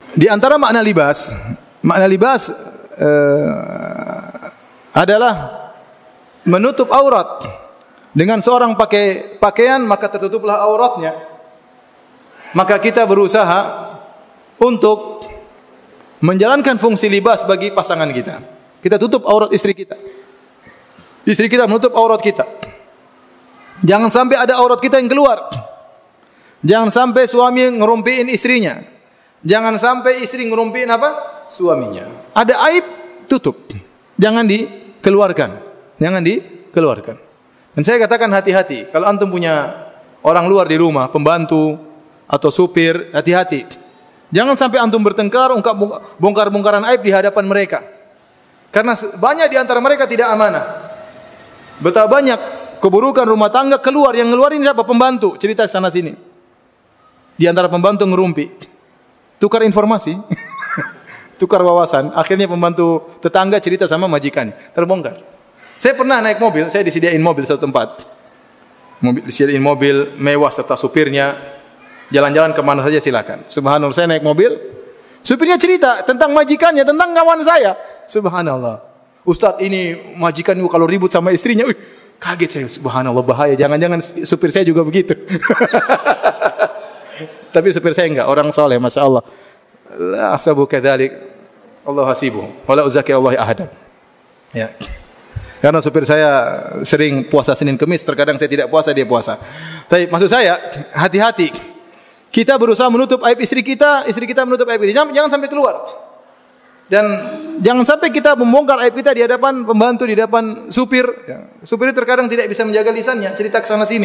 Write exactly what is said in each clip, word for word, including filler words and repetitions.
Di antara makna libas, makna libas uh, adalah menutup aurat. Dengan seorang pakai pakaian maka tertutuplah auratnya. Maka kita berusaha untuk menjalankan fungsi libas bagi pasangan kita. Kita tutup aurat istri kita. Istri kita menutup aurat kita. Jangan sampai ada aurat kita yang keluar. Jangan sampai suami ngerumpiin istrinya. Jangan sampai istri ngerumpiin apa? Suaminya. Ada aib, tutup. Jangan dikeluarkan. Jangan dikeluarkan. Dan saya katakan hati-hati. Kalau antum punya orang luar di rumah, pembantu atau supir, hati-hati. Jangan sampai antum bertengkar, ungkap bongkar-bongkaran aib di hadapan mereka. Karena banyak di antara mereka tidak amanah. Betapa banyak keburukan rumah tangga keluar, yang ngeluarin siapa? Pembantu. Cerita sana sini. Di antara pembantu ngerumpi. Tukar informasi. Tukar wawasan. Akhirnya pembantu tetangga cerita sama majikan. Terbongkar. Saya pernah naik mobil, saya disediain mobil satu tempat. Mobil, disediain mobil mewah serta supirnya. Jalan-jalan kemana saja silakan. Subhanallah, saya naik mobil. Supirnya cerita tentang majikannya, tentang kawan saya. Subhanallah. Ustaz, ini majikan kalau ribut sama istrinya. Wih, kaget saya. Subhanallah, bahaya. Jangan-jangan supir saya juga begitu. Tapi supir saya enggak, orang soleh, masya Allah. La asabu kadzalik. Allah hasibuh. Wala uzakir Allah ahadan. Ya. Karena supir saya sering puasa Senin Kemis, terkadang saya tidak puasa, dia puasa. Tapi maksud saya, hati-hati. Kita berusaha menutup aib istri kita, istri kita menutup aib kita. Jangan, jangan sampai keluar. Dan jangan sampai kita membongkar aib kita di hadapan pembantu, di hadapan supir. Ya. Supir terkadang tidak bisa menjaga lisannya, cerita ke sana sini.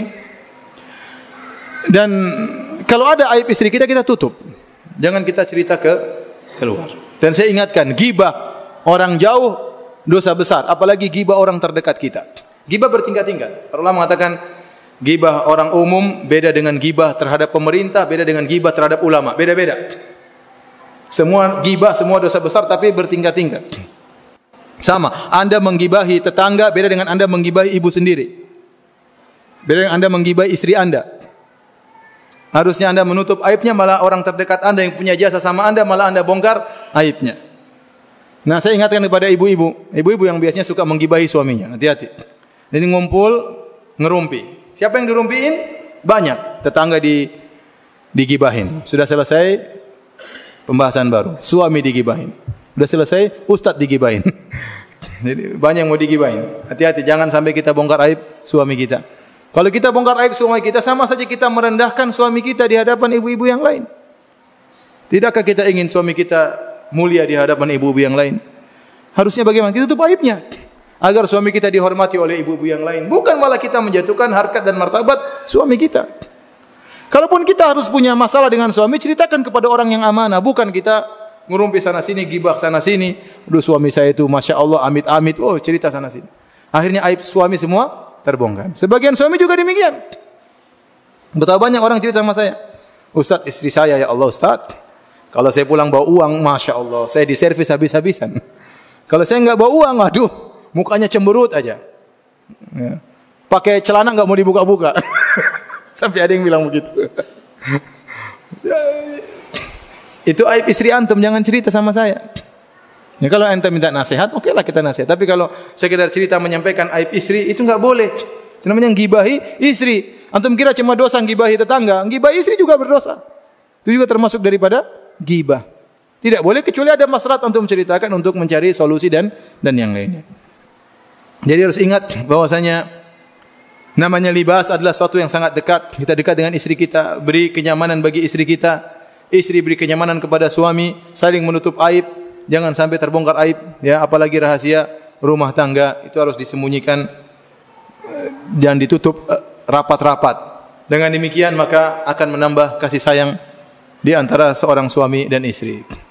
Dan kalau ada aib istri kita, kita tutup. Jangan kita cerita ke keluar. Dan saya ingatkan, ghibah orang jauh dosa besar, apalagi ghibah orang terdekat kita. Ghibah bertingkat-tingkat. Para ulama mengatakan ghibah orang umum beda dengan ghibah terhadap pemerintah, beda dengan ghibah terhadap ulama, beda-beda. Semua ghibah, semua dosa besar tapi bertingkat-tingkat. Sama, Anda menggibahi tetangga beda dengan Anda menggibahi ibu sendiri. Beda dengan Anda menggibahi istri Anda. Harusnya Anda menutup aibnya, malah orang terdekat Anda yang punya jasa sama Anda malah Anda bongkar aibnya. Nah, saya ingatkan kepada ibu-ibu, ibu-ibu yang biasanya suka menggibahi suaminya, hati-hati. Ini ngumpul, ngerumpi. Siapa yang dirumpiin? Banyak. Tetangga di digibahin. Sudah selesai, pembahasan baru. Suami digibahin. Sudah selesai, ustadz digibahin. Jadi banyak yang mau digibahin. Hati-hati, jangan sampai kita bongkar aib suami kita. Kalau kita bongkar aib suami kita, sama saja kita merendahkan suami kita di hadapan ibu-ibu yang lain. Tidakkah kita ingin suami kita mulia di hadapan ibu-ibu yang lain? Harusnya bagaimana? Kita tutup aibnya agar suami kita dihormati oleh ibu-ibu yang lain, bukan malah kita menjatuhkan harkat dan martabat suami kita. Kalaupun kita harus punya masalah dengan suami, ceritakan kepada orang yang amanah, bukan kita ngurumpi sana sini, gibah sana sini. Aduh, suami saya itu masya Allah amit-amit, oh cerita sana sini. Akhirnya aib suami semua terbongkar. Sebagian suami juga demikian. Betapa banyak orang cerita sama saya, Ustaz, istri saya, ya Allah Ustaz, kalau saya pulang bawa uang, masya Allah, saya diservis habis-habisan. Kalau saya enggak bawa uang, aduh, mukanya cemberut aja. Ya. Pakai celana enggak mau dibuka-buka. Sampai ada yang bilang begitu. Itu aib istri antum, jangan cerita sama saya. Ya, kalau antum minta nasihat, oke lah kita nasihat. Tapi kalau sekedar cerita menyampaikan aib istri, itu enggak boleh. Itu namanya gibahi istri. Antum kira cuma dosa gibahi tetangga, gibahi istri juga berdosa. Itu juga termasuk daripada ghibah. Tidak boleh kecuali ada maslahat untuk menceritakan untuk mencari solusi dan dan yang lainnya. Jadi harus ingat bahwasanya namanya libas adalah sesuatu yang sangat dekat. Kita dekat dengan istri kita, beri kenyamanan bagi istri kita. Istri beri kenyamanan kepada suami, saling menutup aib, jangan sampai terbongkar aib, ya, apalagi rahasia rumah tangga itu harus disembunyikan dan ditutup rapat-rapat. Dengan demikian maka akan menambah kasih sayang di antara seorang suami dan istri.